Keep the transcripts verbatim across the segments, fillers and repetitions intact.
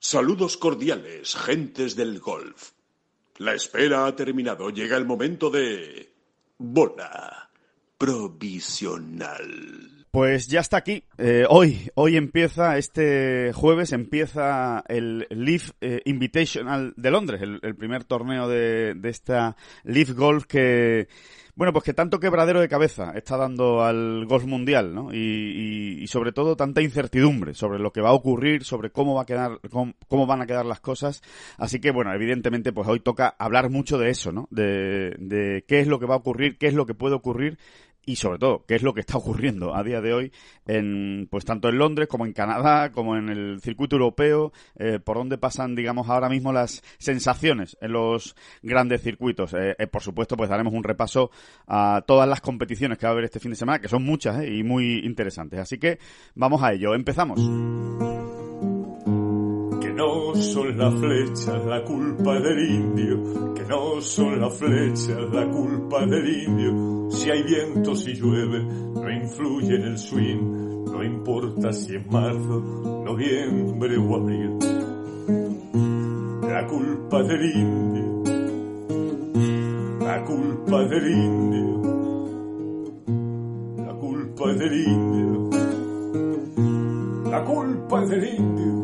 Saludos cordiales, gentes del golf. La espera ha terminado. Llega el momento de... bola provisional. Pues ya está aquí. Eh, hoy, hoy empieza, este jueves empieza el Leaf eh, Invitational de Londres, el, el primer torneo de, de esta Leaf Golf que, bueno, pues que tanto quebradero de cabeza está dando al golf mundial, ¿no? Y, y, y sobre todo tanta incertidumbre sobre lo que va a ocurrir, sobre cómo va a quedar, cómo, cómo van a quedar las cosas. Así que, bueno, evidentemente, pues hoy toca hablar mucho de eso, ¿no? De, de qué es lo que va a ocurrir, qué es lo que puede ocurrir. Y sobre todo, qué es lo que está ocurriendo a día de hoy en, pues tanto en Londres como en Canadá, como en el circuito europeo, eh, por dónde pasan, digamos, ahora mismo las sensaciones en los grandes circuitos. Eh, eh, por supuesto, pues daremos un repaso a todas las competiciones que va a haber este fin de semana, que son muchas eh, y muy interesantes. Así que vamos a ello, empezamos. Que no son las flechas la culpa del indio, que no son las flechas la culpa del indio. Si hay viento, si llueve, no influye en el swing, no importa si es marzo, noviembre o abril. La culpa del indio, la culpa del indio, la culpa del indio, la culpa del indio.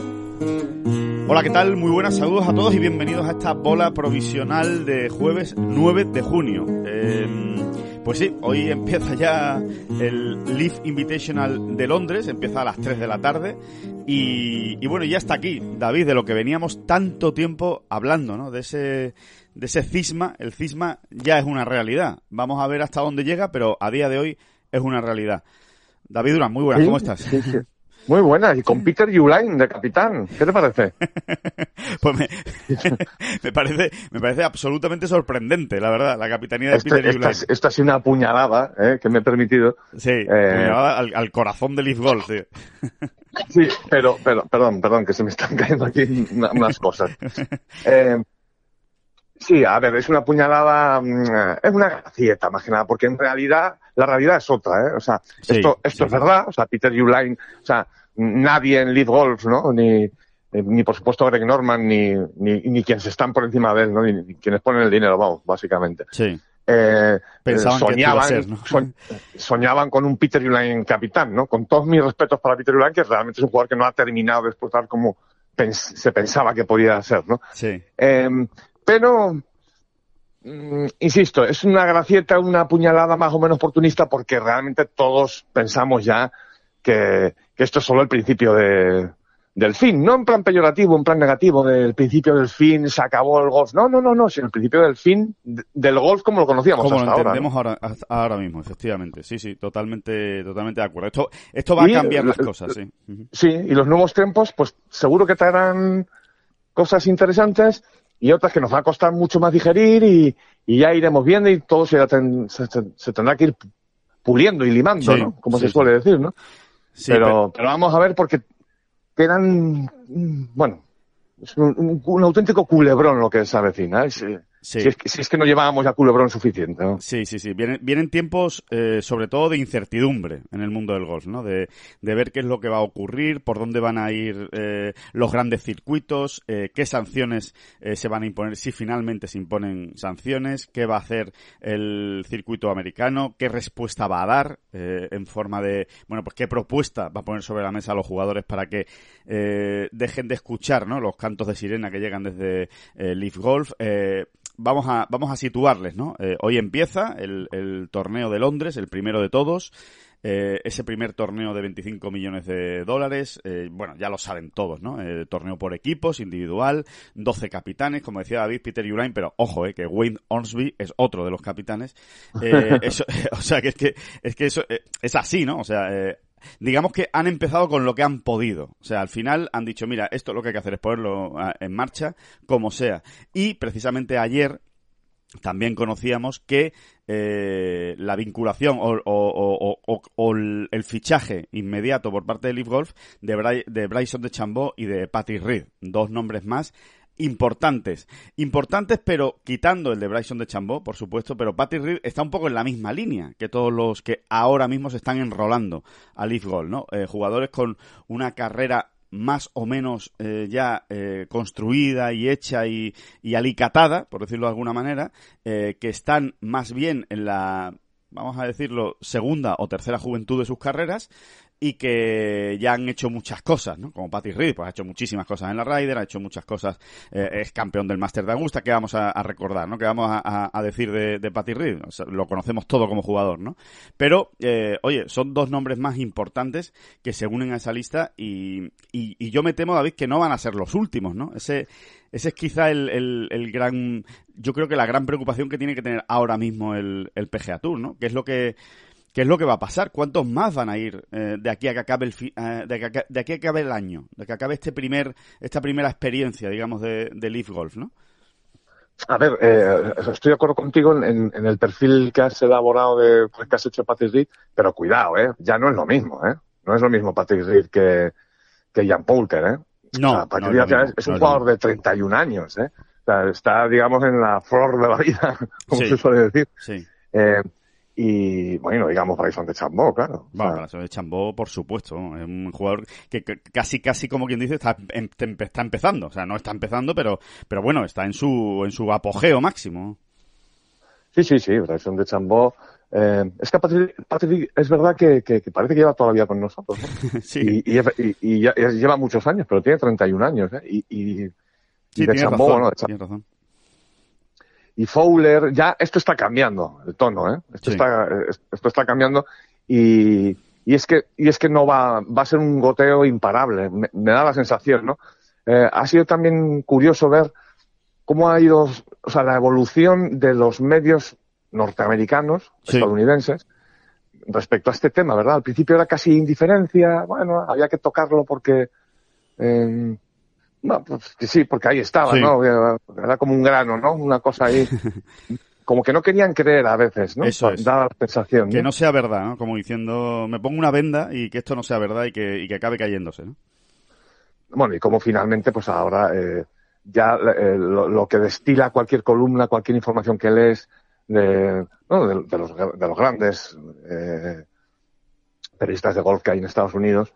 Hola, ¿qué tal? Muy buenas, saludos a todos y bienvenidos a esta bola provisional de jueves nueve de junio. Eh, pues sí, hoy empieza ya el Leaf Invitational de Londres, empieza a las tres de la tarde y, y bueno, ya está aquí, David, de lo que veníamos tanto tiempo hablando, ¿no? De ese, de ese cisma. El cisma ya es una realidad. Vamos a ver hasta dónde llega, pero a día de hoy es una realidad. David Durán, muy buenas, sí, ¿cómo estás? Sí, sí. Muy buenas, y con Peter Uihlein de capitán. ¿Qué te parece? Pues me, me parece me parece absolutamente sorprendente, la verdad, la capitanía de Este, Peter esta, Uihlein. Esta ha sido una puñalada eh, que me he permitido. Sí, eh, puñalada al, al corazón del Leaf Golf, tío. Sí, pero, pero, perdón, perdón, que se me están cayendo aquí una, unas cosas. Eh, sí, a ver, es una puñalada, es una gracieta más que nada, porque en realidad, la realidad es otra, ¿eh? O sea, Sí, esto, esto sí, es verdad, o sea, Peter Uihlein, o sea, nadie en Leaf Golf, ¿no? Ni, ni por supuesto Greg Norman, ni, ni, ni quienes están por encima de él, ¿no? Ni, ni quienes ponen el dinero, vamos, básicamente. Sí. Eh, Pensaban soñaban, que iba a ser, ¿no? so, soñaban con un Peter Uihlein capitán, ¿no? Con todos mis respetos para Peter Uihlein, que realmente es un jugador que no ha terminado de explotar como pens- se pensaba que podía ser, ¿no? Sí. Eh, pero, mm, insisto, es una gracieta, una puñalada más o menos oportunista, porque realmente todos pensamos ya que, que esto es solo el principio de, del fin, no en plan peyorativo, en plan negativo, del principio del fin, se acabó el golf, no, no, no, no, sino el principio del fin de, del golf como lo conocíamos como hasta lo entendemos ahora, ¿no? ahora, hasta ahora mismo, efectivamente, sí, sí, totalmente, totalmente de acuerdo. Esto, esto va y a cambiar las cosas, sí. Uh-huh. Sí, y los nuevos tiempos, pues seguro que traerán cosas interesantes y otras que nos va a costar mucho más digerir y, y ya iremos viendo y todo se, ten, se, se tendrá que ir puliendo y limando, sí, ¿no? Como sí, se suele sí. decir, ¿no? Sí, pero, pero... pero vamos a ver porque quedan, bueno, es un, un, un auténtico culebrón lo que se avecina, ¿eh? Sí. Sí. Si, es que, si es que no llevábamos ya culebrón suficiente, ¿no? Sí, sí, sí. Vienen, vienen tiempos, eh, sobre todo, de incertidumbre en el mundo del golf, ¿no? De, de ver qué es lo que va a ocurrir, por dónde van a ir eh, los grandes circuitos, eh, qué sanciones eh, se van a imponer, si finalmente se imponen sanciones, qué va a hacer el circuito americano, qué respuesta va a dar eh, en forma de, bueno, pues qué propuesta va a poner sobre la mesa a los jugadores para que eh, dejen de escuchar, ¿no? Los cantos de sirena que llegan desde eh, Leaf Golf. Eh, Vamos a, vamos a situarles, ¿no? Eh, hoy empieza el, el torneo de Londres, el primero de todos. Eh, ese primer torneo de veinticinco millones de dólares, eh, bueno, ya lo saben todos, ¿no? Eh, torneo por equipos, individual, doce capitanes, como decía David, Peter Uihlein, pero ojo, eh, que Wayne Ormsby es otro de los capitanes. Eh, eso, o sea, que es que, es que eso eh, es así, ¿no? O sea, eh, digamos que han empezado con lo que han podido. O sea, al final han dicho, mira, esto lo que hay que hacer es ponerlo en marcha, como sea. Y precisamente ayer también conocíamos que eh, la vinculación o, o, o, o, o el, el fichaje inmediato por parte de Leaf Golf de, Bry, de Bryson DeChambeau y de Patrick Reed, dos nombres más importantes, importantes pero quitando el de Bryson DeChambeau, por supuesto, pero Patrick Reed está un poco en la misma línea que todos los que ahora mismo se están enrolando a Leaf Golf, ¿no? Eh, jugadores con una carrera más o menos eh, ya eh, construida y hecha y, y alicatada, por decirlo de alguna manera, eh, que están más bien en la, vamos a decirlo, segunda o tercera juventud de sus carreras, y que ya han hecho muchas cosas, ¿no? Como Patrick Reed, pues ha hecho muchísimas cosas en la Ryder, ha hecho muchas cosas, eh, es campeón del Master de Augusta, que vamos a, a recordar, ¿no? Que vamos a, a, a decir de, de Patrick Reed, o sea, lo conocemos todo como jugador, ¿no? Pero, eh, oye, son dos nombres más importantes que se unen a esa lista y, y, y yo me temo, David, que no van a ser los últimos, ¿no? Ese, ese es quizá el, el, el gran, yo creo que la gran preocupación que tiene que tener ahora mismo el, el P G A Tour, ¿no? Que es lo que ¿Qué es lo que va a pasar? ¿Cuántos más van a ir eh, de aquí a que acabe el fi eh, de, que, de aquí a que acabe el año, de que acabe este primer esta primera experiencia, digamos, de, de Leaf Golf, ¿no? A ver, eh, estoy de acuerdo contigo en, en el perfil que has elaborado de que has hecho Patrick Reed, pero cuidado, eh, ya no es lo mismo, eh, no es lo mismo Patrick Reed que que Jan Poulter, eh. No, o sea, Patrick no es, Reed es, es un no jugador es de treinta y un años, eh. O sea, está, digamos, en la flor de la vida, como sí, se suele decir. Sí. Eh, Y, bueno, digamos, Bryson DeChambeau, claro. Bueno, Bryson DeChambeau, por supuesto, ¿no? Es un jugador que, que casi, casi, como quien dice, está, em, está empezando. O sea, no está empezando, pero, pero bueno, está en su, en su apogeo máximo. Sí, sí, sí, Bryson DeChambeau. Eh, es que Patrick, Patrick es verdad que, que, que parece que lleva toda la vida con nosotros, ¿no? Sí. Y, y, y, y ya, lleva muchos años, pero tiene treinta y un años, ¿eh? Y, y, y sí, DeChambeau, razón, ¿no? Tienes razón. Y Fowler, ya esto está cambiando el tono, ¿eh? Esto sí. está esto está cambiando y, y es que y es que no va va a ser un goteo imparable, me, me da la sensación, ¿no? Eh, ha sido también curioso ver cómo ha ido, o sea, la evolución de los medios norteamericanos, sí. estadounidenses, respecto a este tema, ¿verdad? Al principio era casi indiferencia, bueno, había que tocarlo porque eh, no, pues sí, porque ahí estaba, sí. ¿no? Era como un grano, ¿no? Una cosa ahí. Como que no querían creer a veces, ¿no? Eso es. Daba la sensación, que ¿no? no sea verdad, ¿no? Como diciendo, me pongo una venda y que esto no sea verdad y que, y que acabe cayéndose, ¿no? Bueno, y como finalmente, pues ahora eh, ya eh, lo, lo que destila cualquier columna, cualquier información que lees de, ¿no? de, de, los, de los grandes eh, periodistas de golf que hay en Estados Unidos,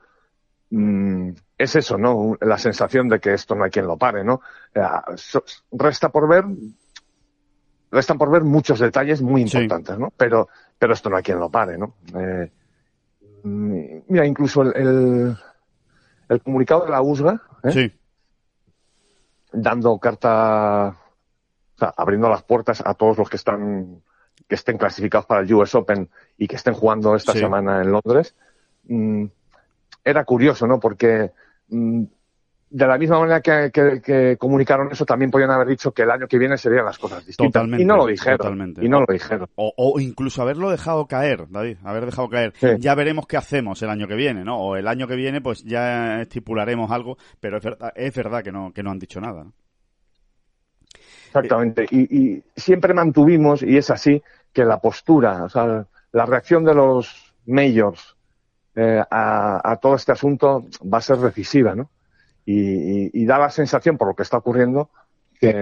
es eso, ¿no? La sensación de que esto no hay quien lo pare, ¿no? Resta por ver, restan por ver muchos detalles muy importantes, sí. ¿no? Pero, pero esto no hay quien lo pare, ¿no? Eh, mira, incluso el, el, el comunicado de la U S G A, ¿eh? Sí. Dando carta, o sea, abriendo las puertas a todos los que están, que estén clasificados para el U S Open y que estén jugando esta sí. semana en Londres. Mmm, Era curioso, ¿no? Porque mmm, de la misma manera que, que, que comunicaron eso, también podían haber dicho que el año que viene serían las cosas distintas. Totalmente, y no lo dijeron. Totalmente. Y no lo dijeron. O, o incluso haberlo dejado caer, David, haber dejado caer. Sí. Ya veremos qué hacemos el año que viene, ¿no? O el año que viene, pues ya estipularemos algo, pero es verdad, es verdad que no, que no han dicho nada, ¿no? Exactamente. Y, y siempre mantuvimos, y es así, que la postura, o sea, la reacción de los majors Eh, a, a todo este asunto va a ser decisiva, ¿no? Y, y, y da la sensación, por lo que está ocurriendo, que,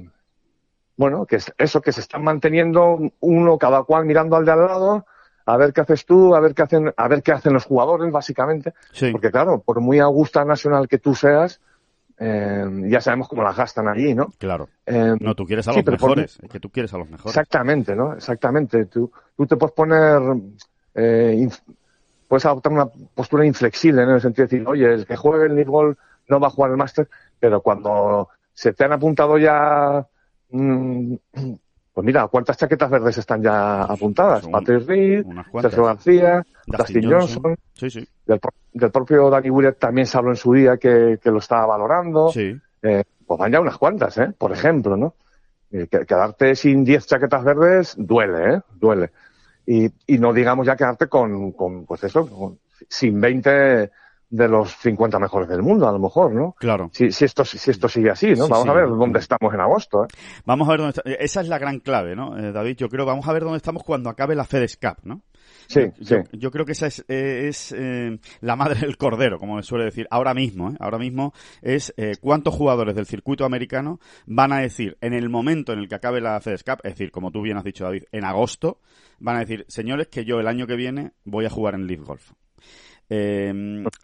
bueno, que es eso, que se están manteniendo uno, cada cual mirando al de al lado, a ver qué haces tú, a ver qué hacen, a ver qué hacen los jugadores, básicamente. Sí. Porque, claro, por muy Augusta National que tú seas, eh, ya sabemos cómo las gastan allí, ¿no? Claro. Eh, no, tú quieres a sí, los mejores, por... es que tú quieres a los mejores. Exactamente, ¿no? Exactamente. Tú, tú te puedes poner... Eh, inf... puedes adoptar una postura inflexible, ¿no? En el sentido de decir, oye, el que juegue el Leaf Golf no va a jugar el Master, pero cuando se te han apuntado ya, mmm, pues mira, ¿cuántas chaquetas verdes están ya apuntadas? Un, Patrick Reed, Sergio García, Dustin, Dustin Johnson. Johnson. Sí, sí. Del, del propio Danny Willett también se habló en su día que, que lo estaba valorando. Sí. Eh, pues van ya unas cuantas, ¿eh? Por ejemplo, ¿no? Eh, quedarte sin diez chaquetas verdes duele, ¿eh? Duele. Y, y no digamos ya quedarte con, con pues eso, con, sin veinte de los cincuenta mejores del mundo, a lo mejor, ¿no? Claro. Si, si, esto, si esto sigue así, ¿no? Sí, vamos sí, a ver sí. dónde estamos en agosto, ¿eh? Vamos a ver dónde está. Esa es la gran clave, ¿no, eh, David? Yo creo, vamos a ver dónde estamos cuando acabe la FedEx Cup, ¿no? Sí, yo, sí. Yo creo que esa es, eh, es eh, la madre del cordero, como se suele decir. Ahora mismo, ¿eh? Ahora mismo es eh, cuántos jugadores del circuito americano van a decir, en el momento en el que acabe la FedEx Cup, es decir, como tú bien has dicho, David, en agosto, van a decir, señores, que yo el año que viene voy a jugar en Leaf Golf. Eh,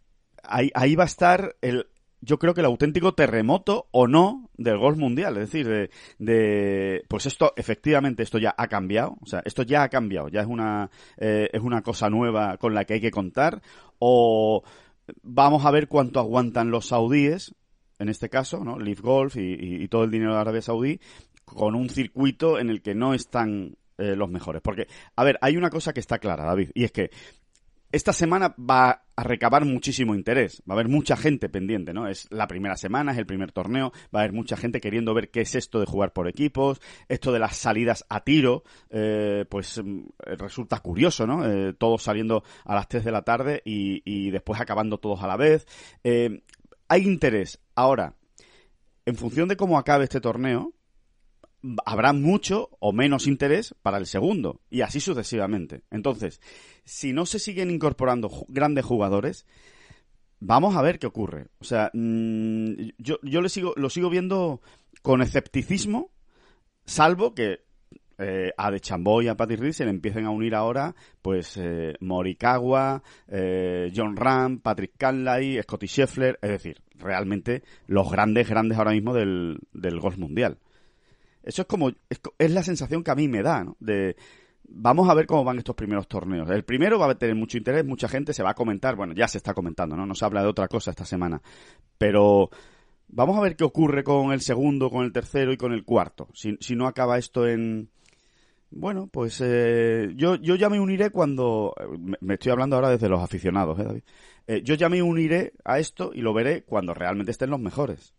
ahí, ahí va a estar el, yo creo que el auténtico terremoto o no del golf mundial, es decir, de, de pues esto, efectivamente, esto ya ha cambiado, o sea, esto ya ha cambiado, ya es una, eh, es una cosa nueva con la que hay que contar, o vamos a ver cuánto aguantan los saudíes, en este caso, ¿no? Live Golf y, y, y todo el dinero de Arabia Saudí, con un circuito en el que no están eh, los mejores. Porque, a ver, hay una cosa que está clara, David, y es que esta semana va a recabar muchísimo interés. Va a haber mucha gente pendiente, ¿no? Es la primera semana, es el primer torneo. Va a haber mucha gente queriendo ver qué es esto de jugar por equipos. Esto de las salidas a tiro, eh, pues resulta curioso, ¿no? Eh, todos saliendo a las tres de la tarde y, y después acabando todos a la vez. Eh, hay interés. Ahora, en función de cómo acabe este torneo, habrá mucho o menos interés para el segundo y así sucesivamente. Entonces, si no se siguen incorporando ju- grandes jugadores, vamos a ver qué ocurre. O sea, mmm, yo, yo le sigo, lo sigo viendo con escepticismo, salvo que eh, a DeChambeau y a Patrick Reed se le empiecen a unir ahora pues eh, Morikawa, eh, Jon Rahm, Patrick Cantlay, Scottie Scheffler, es decir, realmente los grandes, grandes ahora mismo del, del golf mundial. Eso es como, es, es la sensación que a mí me da, ¿no? De, vamos a ver cómo van estos primeros torneos. El primero va a tener mucho interés, mucha gente se va a comentar, bueno, ya se está comentando, ¿no? No se habla de otra cosa esta semana. Pero vamos a ver qué ocurre con el segundo, con el tercero y con el cuarto. Si, si no acaba esto en... Bueno, pues eh, yo, yo ya me uniré cuando... Me, me estoy hablando ahora desde los aficionados, ¿eh, David? Eh, yo ya me uniré a esto y lo veré cuando realmente estén los mejores.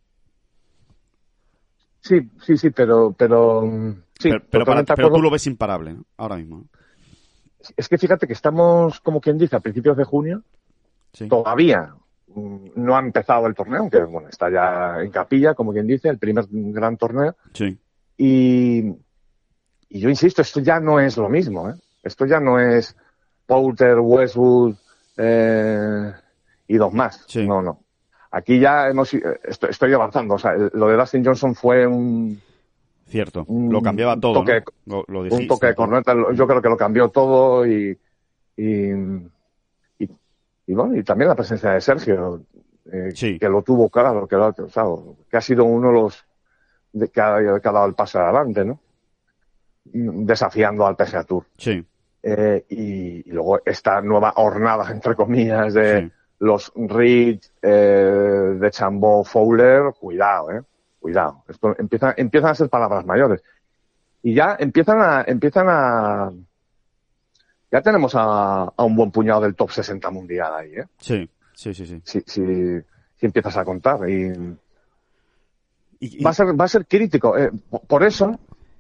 Sí, sí, sí, pero... Pero, sí, pero, pero, para, pero tú lo ves imparable, ¿no? Ahora mismo, ¿no? Es que fíjate que estamos, como quien dice, a principios de junio. Sí. Todavía no ha empezado el torneo, aunque bueno, está ya en capilla, como quien dice, el primer gran torneo. Sí. Y, y yo insisto, esto ya no es lo mismo, ¿eh? Esto ya no es Poulter, Westwood eh, y dos más. Sí. No, no. Aquí ya hemos estoy, estoy avanzando. O sea, lo de Dustin Johnson fue un... Cierto, un, lo cambiaba todo, toque, ¿no? Lo, lo dijiste, un toque de corneta, yo creo que lo cambió todo y... y Y, y bueno, y también la presencia de Sergio, eh, sí. que lo tuvo claro, que, lo, o sea, que ha sido uno de los de, que, ha, que ha dado el paso adelante, ¿no? Desafiando al P G A Tour. Sí. Eh, y, y luego esta nueva hornada, entre comillas, de sí. los Reed, eh, de Chambó, Fowler, cuidado, eh, cuidado. Esto empieza, empiezan a ser palabras mayores. Y ya empiezan a, empiezan a, ya tenemos a, a un buen puñado del top sesenta mundial ahí, ¿eh? Sí, sí, sí, sí. Si, si, si empiezas a contar. Y, y, y... Va a ser, va a ser crítico. Eh, por eso,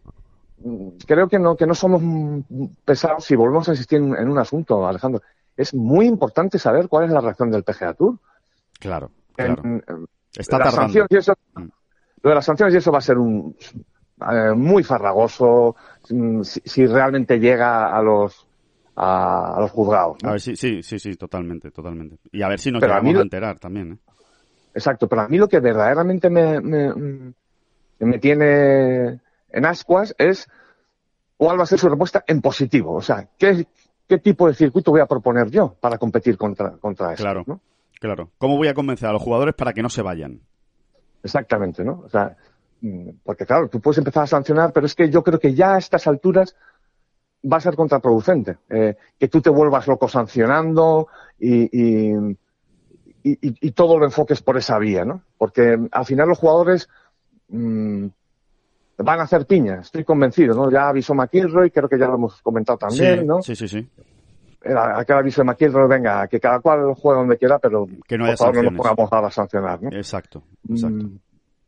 creo que no, que no somos pesados si volvemos a insistir en, en un asunto, Alejandro. Es muy importante saber cuál es la reacción del P G A Tour. Claro, claro. En, en, Está las tardando. Sanciones y eso, mm. Lo de las sanciones y eso va a ser un eh, muy farragoso si, si realmente llega a los A, a los juzgados, ¿no? A ver, sí, sí, sí, sí, totalmente, totalmente. Y a ver si nos pero llegamos a, a enterar también, ¿eh? Exacto, pero a mí lo que verdaderamente me, me, me tiene en ascuas es cuál va a ser su respuesta en positivo. O sea, ¿qué, qué tipo de circuito voy a proponer yo para competir contra, contra eso? Claro, ¿no? Claro. ¿Cómo voy a convencer a los jugadores para que no se vayan? Exactamente, ¿no? O sea, porque claro, tú puedes empezar a sancionar, pero es que yo creo que ya a estas alturas va a ser contraproducente. Eh, que tú te vuelvas loco sancionando y, y, y, y todo lo enfoques por esa vía, ¿no? Porque al final los jugadores mmm, van a hacer piña, estoy convencido, ¿no? Ya avisó McIlroy, creo que ya lo hemos comentado también, sí, ¿no? Sí, sí, sí. Era aquel aviso de McIlroy, venga, que cada cual juegue donde quiera, pero que no haya por favor sanciones. no nos pongamos a sancionar, ¿no? Exacto, exacto. Mm,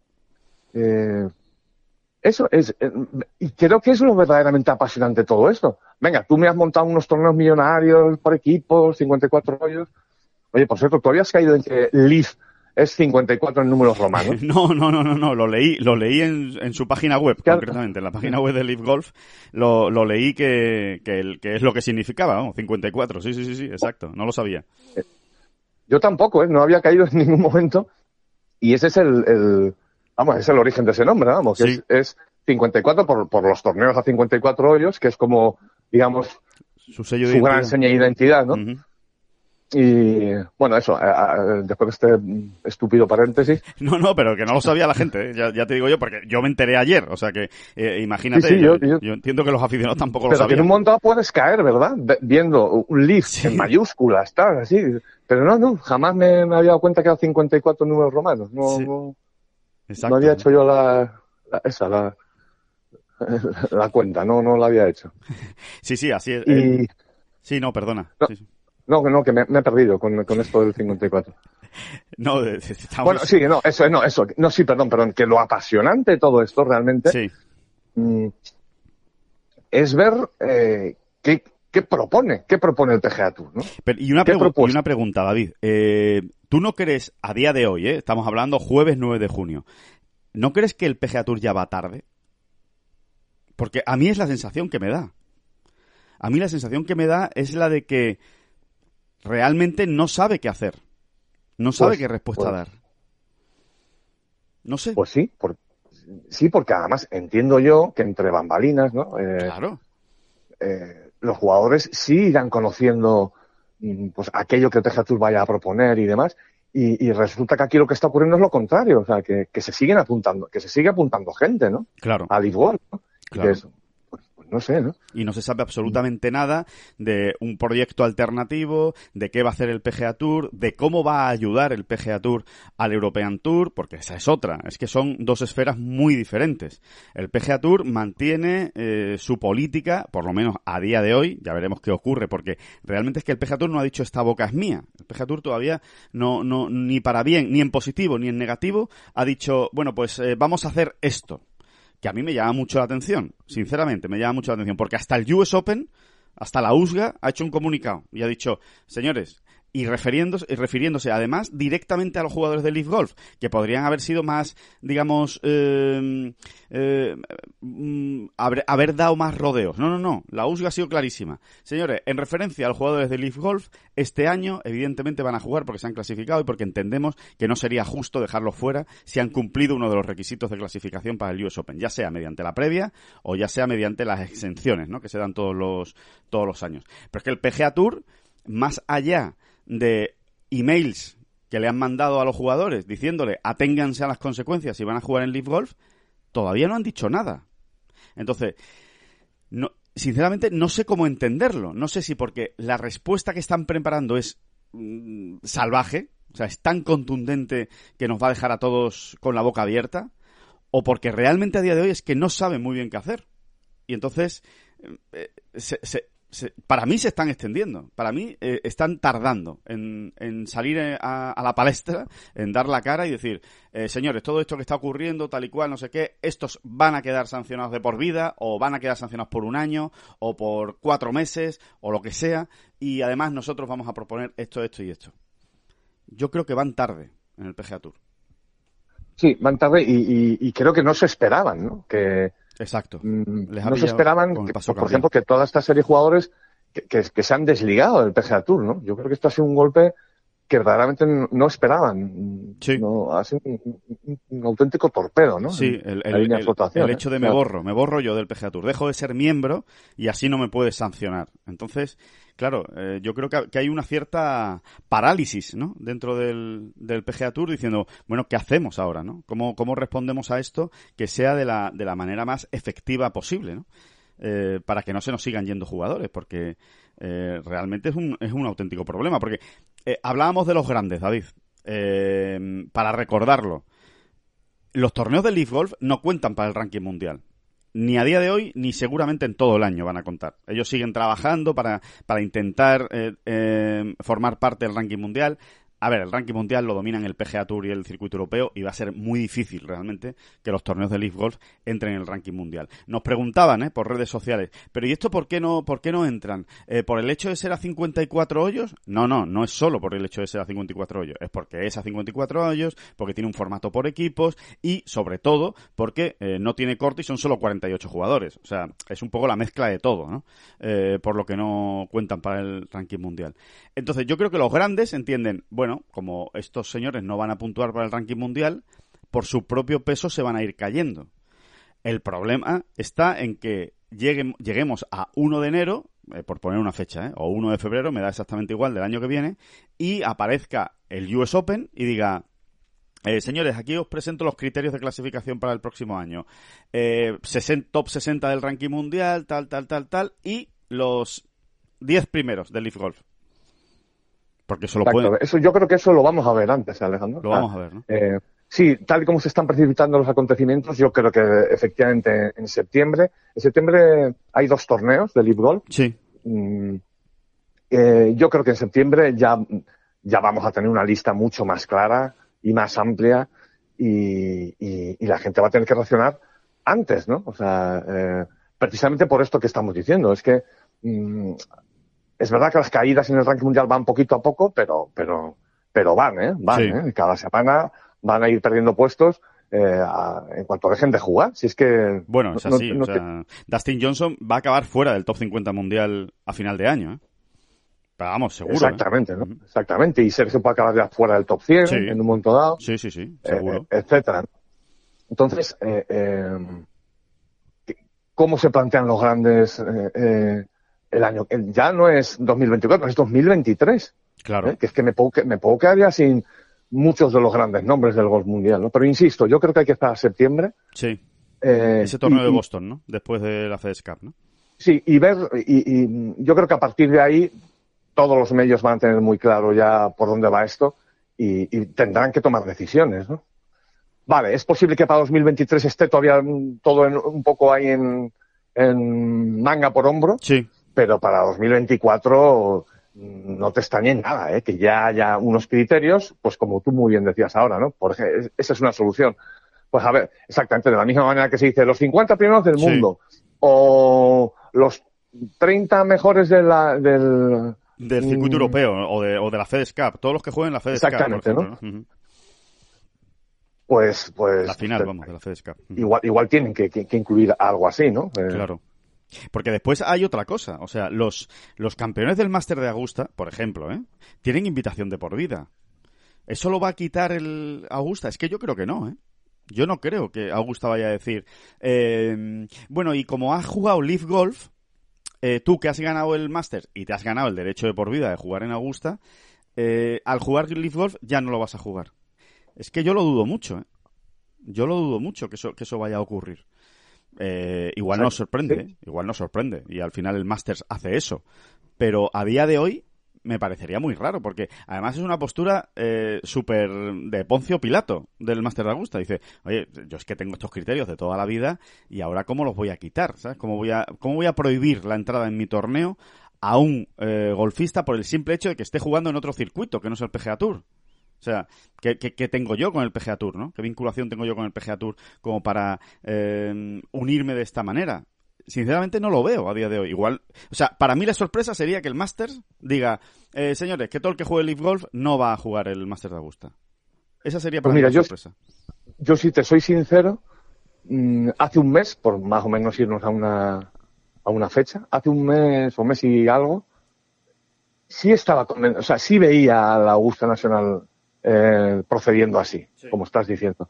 eh, Eso es, eh, y creo que es lo verdaderamente apasionante de todo esto. Venga, tú me has montado unos torneos millonarios por equipos, cincuenta y cuatro hoyos. Oye, por cierto, ¿tú habías caído en que Leaf es cincuenta y cuatro en números romanos? No, no, no, no, no, lo leí, lo leí en, en su página web, claro. Concretamente, en la página web de Leaf Golf, lo, lo leí que, que, el, que es lo que significaba, ¿no? cincuenta y cuatro, sí, sí, sí, sí, exacto, no lo sabía. Yo tampoco, ¿eh? No había caído en ningún momento, y ese es el... el Vamos, es el origen de ese nombre, vamos, que sí. es, es cincuenta y cuatro por, por los torneos a cincuenta y cuatro hoyos, que es como, digamos, su, sello su de gran identidad. seña de identidad, ¿no? Uh-huh. Y bueno, eso, a, a, después de este estúpido paréntesis. No, no, pero que no lo sabía la gente, ¿eh? ya, ya te digo yo, porque yo me enteré ayer, o sea que eh, imagínate, sí, sí, yo, yo, yo entiendo que los aficionados tampoco pero lo sabían. Pero que en un momento puedes caer, ¿verdad? Viendo un Leaf sí. en mayúsculas, tal, así. Pero no, no, jamás me, me había dado cuenta que eran cincuenta y cuatro números romanos. No, sí. no, no había hecho yo la, la esa, la, la cuenta, no, no la había hecho. Sí, sí, así es. Y... Eh, sí, no, perdona. No. Sí, sí. No, no, que me, me he perdido con, con esto del cincuenta y cuatro. No, estamos... Bueno, sí, no, eso, no, eso, no, sí, perdón, perdón, que lo apasionante de todo esto realmente sí. mmm, es ver eh, qué, qué propone, qué propone el P G A Tour, ¿no? Pero, y, una pregu- y una pregunta, David, eh, ¿tú no crees, a día de hoy, eh, estamos hablando jueves nueve de junio, ¿no crees que el P G A Tour ya va tarde? Porque a mí es la sensación que me da. A mí la sensación que me da es la de que realmente no sabe qué hacer. No sabe pues, qué respuesta pues, dar. No sé. Pues sí, por, sí, porque además entiendo yo que entre bambalinas, ¿no? Eh, claro. Eh, los jugadores sí irán conociendo pues aquello que el P G A Tour vaya a proponer y demás. Y, y resulta que aquí lo que está ocurriendo es lo contrario. O sea, que, que se siguen apuntando, que se sigue apuntando gente, ¿no? Claro. Al igual, ¿no? Claro. Eso. No sé, ¿no? Y no se sabe absolutamente nada de un proyecto alternativo, de qué va a hacer el P G A Tour, de cómo va a ayudar el P G A Tour al European Tour, porque esa es otra. Es que son dos esferas muy diferentes. El P G A Tour mantiene eh, su política, por lo menos a día de hoy, ya veremos qué ocurre, porque realmente es que el P G A Tour no ha dicho esta boca es mía. El P G A Tour todavía no, no ni para bien, ni en positivo, ni en negativo, ha dicho, bueno, pues eh, vamos a hacer esto. Que a mí me llama mucho la atención, sinceramente, me llama mucho la atención, porque hasta el U S Open, hasta la U S G A, ha hecho un comunicado y ha dicho, señores, y refiriéndose, y refiriéndose además directamente a los jugadores de Leaf Golf, que podrían haber sido más, digamos, eh, eh, haber, haber dado más rodeos. No, no, no, la U S G A ha sido clarísima. Señores, en referencia a los jugadores de Leaf Golf, este año evidentemente van a jugar porque se han clasificado y porque entendemos que no sería justo dejarlos fuera si han cumplido uno de los requisitos de clasificación para el U S Open, ya sea mediante la previa o ya sea mediante las exenciones, ¿no?, que se dan todos los, todos los años. Pero es que el P G A Tour, más allá de emails que le han mandado a los jugadores diciéndole aténganse a las consecuencias si van a jugar en Leaf Golf, todavía no han dicho nada. Entonces, no, sinceramente no sé cómo entenderlo. No sé si porque la respuesta que están preparando es mmm, salvaje, o sea, es tan contundente que nos va a dejar a todos con la boca abierta, o porque realmente a día de hoy es que no saben muy bien qué hacer. Y entonces eh, se... se Se, para mí se están extendiendo, para mí eh, están tardando en, en salir a, a la palestra, en dar la cara y decir, eh, señores, todo esto que está ocurriendo, tal y cual, no sé qué, estos van a quedar sancionados de por vida, o van a quedar sancionados por un año, o por cuatro meses, o lo que sea, y además nosotros vamos a proponer esto, esto y esto. Yo creo que van tarde en el P G A Tour. Sí, van tarde y, y, y creo que no se esperaban, ¿no? Que Exacto. Les no se esperaban, que, por cambiante. ejemplo, que toda esta serie de jugadores que, que, que se han desligado del P G A Tour, ¿no? Yo creo que esto ha sido un golpe que verdaderamente no esperaban. Sí. No, ha sido un, un, un auténtico torpedo, ¿no? Sí, el, el, el, el hecho de ¿eh? me borro, me borro yo del P G A Tour, dejo de ser miembro y así no me puedes sancionar. Entonces, claro, eh, yo creo que, que hay una cierta parálisis, ¿no?, dentro del, del P G A Tour diciendo, bueno, ¿qué hacemos ahora, no? ¿Cómo, cómo respondemos a esto que sea de la, de la manera más efectiva posible, ¿no? Eh, para que no se nos sigan yendo jugadores, porque eh, realmente es un, es un auténtico problema. Porque eh, hablábamos de los grandes, David. Eh, para recordarlo, los torneos de Leaf Golf no cuentan para el ranking mundial. Ni a día de hoy, ni seguramente en todo el año van a contar. Ellos siguen trabajando para, para intentar eh, eh, formar parte del ranking mundial. A ver, el ranking mundial lo dominan el P G A Tour y el circuito europeo y va a ser muy difícil realmente que los torneos de Leaf Golf entren en el ranking mundial. Nos preguntaban, ¿eh?, por redes sociales, pero ¿y esto por qué no, por qué no entran? ¿Eh, ¿Por el hecho de ser a cincuenta y cuatro hoyos? No, no, no es solo por el hecho de ser a cincuenta y cuatro hoyos, es porque es a cincuenta y cuatro hoyos, porque tiene un formato por equipos y, sobre todo, porque eh, no tiene corte y son solo cuarenta y ocho jugadores. O sea, es un poco la mezcla de todo, ¿no? Eh, por lo que no cuentan para el ranking mundial. Entonces, yo creo que los grandes entienden, bueno, como estos señores no van a puntuar para el ranking mundial, por su propio peso se van a ir cayendo. El problema está en que llegue, lleguemos a uno de enero, eh, por poner una fecha, ¿eh? o uno de febrero, me da exactamente igual, del año que viene, y aparezca el U S Open y diga, eh, señores, aquí os presento los criterios de clasificación para el próximo año. Eh, sesenta, top sesenta del ranking mundial, tal, tal, tal, tal, y los diez primeros del Leaf Golf. Porque eso lo pueden... Eso, yo creo que eso lo vamos a ver antes, Alejandro. Lo vamos a ver, ¿no? Eh, sí, tal y como se están precipitando los acontecimientos, yo creo que efectivamente en septiembre, en septiembre hay dos torneos de Leaf Golf. Sí. Mm, eh, yo creo que en septiembre ya, ya vamos a tener una lista mucho más clara y más amplia y, y, y la gente va a tener que reaccionar antes, ¿no? O sea, eh, precisamente por esto que estamos diciendo, es que mm, es verdad que las caídas en el ranking mundial van poquito a poco, pero, pero, pero van, ¿eh? Van, sí. ¿eh? Cada semana van a ir perdiendo puestos eh, a, en cuanto dejen de jugar. Si es que... Bueno, es no, así. no, o sea, no te... Dustin Johnson va a acabar fuera del top cincuenta mundial a final de año, ¿eh? Pero vamos, seguro. Exactamente, ¿eh? ¿no? Uh-huh. Exactamente. Y Sergio puede acabar ya fuera del top cien, sí, en un momento dado. Sí, sí, sí, seguro. Eh, etcétera. Entonces, eh, eh, ¿cómo se plantean los grandes... Eh, eh, el año, ya no es dos mil veinticuatro, es dos mil veintitrés. Claro. ¿Eh? Que es que me puedo, me puedo quedar ya sin muchos de los grandes nombres del golf mundial, ¿no? Pero insisto, yo creo que hay que esperar a septiembre. Sí. Eh, Ese torneo y, de Boston, ¿no? Después de la FedEx Cup, ¿no? Sí, y ver, y, y yo creo que a partir de ahí todos los medios van a tener muy claro ya por dónde va esto y, y tendrán que tomar decisiones, ¿no? Vale, es posible que para dos mil veintitrés esté todavía todo en, un poco ahí en, en manga por hombro. Sí. Pero para dos mil veinticuatro no te extrañe nada, ¿eh? Que ya haya unos criterios, pues como tú muy bien decías ahora, ¿no? Por ejemplo, esa es una solución. Pues a ver, exactamente, de la misma manera que se dice los cincuenta primeros del mundo, sí, o los treinta mejores de la, del... del circuito mm, europeo, o de, o de la FedEx Cup, todos los que jueguen la FedEx Cup. Exactamente, por ejemplo, ¿no? ¿no? Uh-huh. Pues, pues... La final, vamos, de la FedEx Cup. Uh-huh. Igual, igual tienen que, que, que incluir algo así, ¿no? Eh, claro. Porque después hay otra cosa, o sea, los, los campeones del Máster de Augusta, por ejemplo, ¿eh? tienen invitación de por vida. ¿Eso lo va a quitar el Augusta? Es que yo creo que no, ¿eh? Yo no creo que Augusta vaya a decir, eh, bueno, y como has jugado Leaf Golf, eh, tú que has ganado el Máster y te has ganado el derecho de por vida de jugar en Augusta, eh, al jugar Leaf Golf ya no lo vas a jugar. Es que yo lo dudo mucho, ¿eh? Yo lo dudo mucho que eso, que eso vaya a ocurrir. Eh, igual nos sorprende, ¿eh? igual nos sorprende y al final el Masters hace eso, pero a día de hoy me parecería muy raro porque además es una postura eh, súper de Poncio Pilato del Máster de Augusta. Dice, oye, yo es que tengo estos criterios de toda la vida y ahora ¿cómo los voy a quitar? ¿Sabes? ¿Cómo voy a, cómo voy a prohibir la entrada en mi torneo a un eh, golfista por el simple hecho de que esté jugando en otro circuito que no es el P G A Tour? O sea, ¿qué, qué, ¿qué tengo yo con el P G A Tour, no? ¿Qué vinculación tengo yo con el P G A Tour como para eh, unirme de esta manera? Sinceramente no lo veo a día de hoy. Igual, o sea, para mí la sorpresa sería que el Masters diga, eh, señores, que todo el que juegue Leaf Golf no va a jugar el Masters de Augusta. Esa sería para pues mira, mí la yo, sorpresa. Yo, si te soy sincero, mmm, hace un mes, por más o menos irnos a una, a una fecha, hace un mes o mes y algo, sí estaba, o sea, sí veía a la Augusta Nacional Eh, procediendo así, sí, como estás diciendo.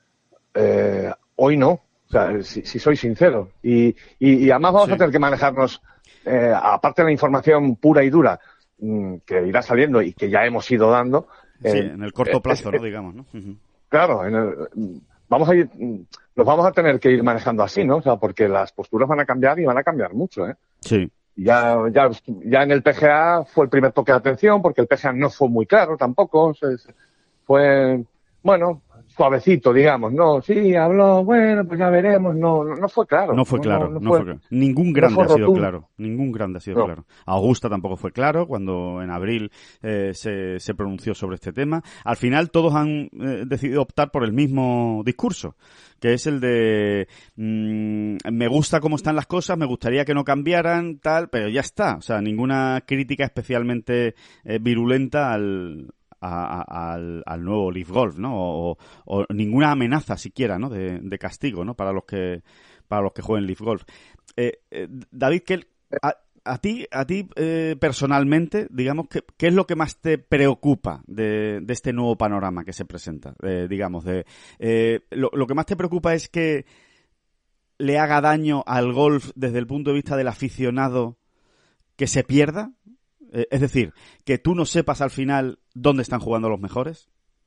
Eh, hoy no, o sea, si, si soy sincero. Y, y, y además vamos sí. a tener que manejarnos, eh, aparte de la información pura y dura mmm, que irá saliendo y que ya hemos ido dando. Sí, eh, en el corto plazo, eh, ¿no? Digamos, ¿no? Uh-huh. Claro, en el, vamos a ir, los vamos a tener que ir manejando así, ¿no? O sea, porque las posturas van a cambiar y van a cambiar mucho, ¿eh? Sí. Ya, ya, ya en el P G A fue el primer toque de atención porque el P G A no fue muy claro tampoco. Fue, bueno, suavecito, digamos. No, sí, habló, bueno, pues ya veremos. No, no, no fue claro. No fue claro, no, no, no fue, fue claro. Ningún grande no ha sido claro. Ningún grande ha sido no. claro. Augusta tampoco fue claro cuando en abril eh, se, se pronunció sobre este tema. Al final todos han eh, decidido optar por el mismo discurso, que es el de mmm, me gusta cómo están las cosas, me gustaría que no cambiaran, tal, pero ya está. O sea, ninguna crítica especialmente eh, virulenta al... A, a, al, al nuevo Leaf Golf, ¿no? O, o ninguna amenaza siquiera, ¿no? De, de castigo, ¿no? Para los que para los que jueguen Leaf Golf. Eh, eh, David, ¿qué, a, a ti a ti eh, personalmente, digamos, ¿qué, ¿qué es lo que más te preocupa de, de este nuevo panorama que se presenta? Eh, digamos, de eh, lo, lo que más te preocupa es que le haga daño al golf desde el punto de vista del aficionado, que se pierda? Eh, es decir, que tú no sepas al final dónde están jugando los mejores.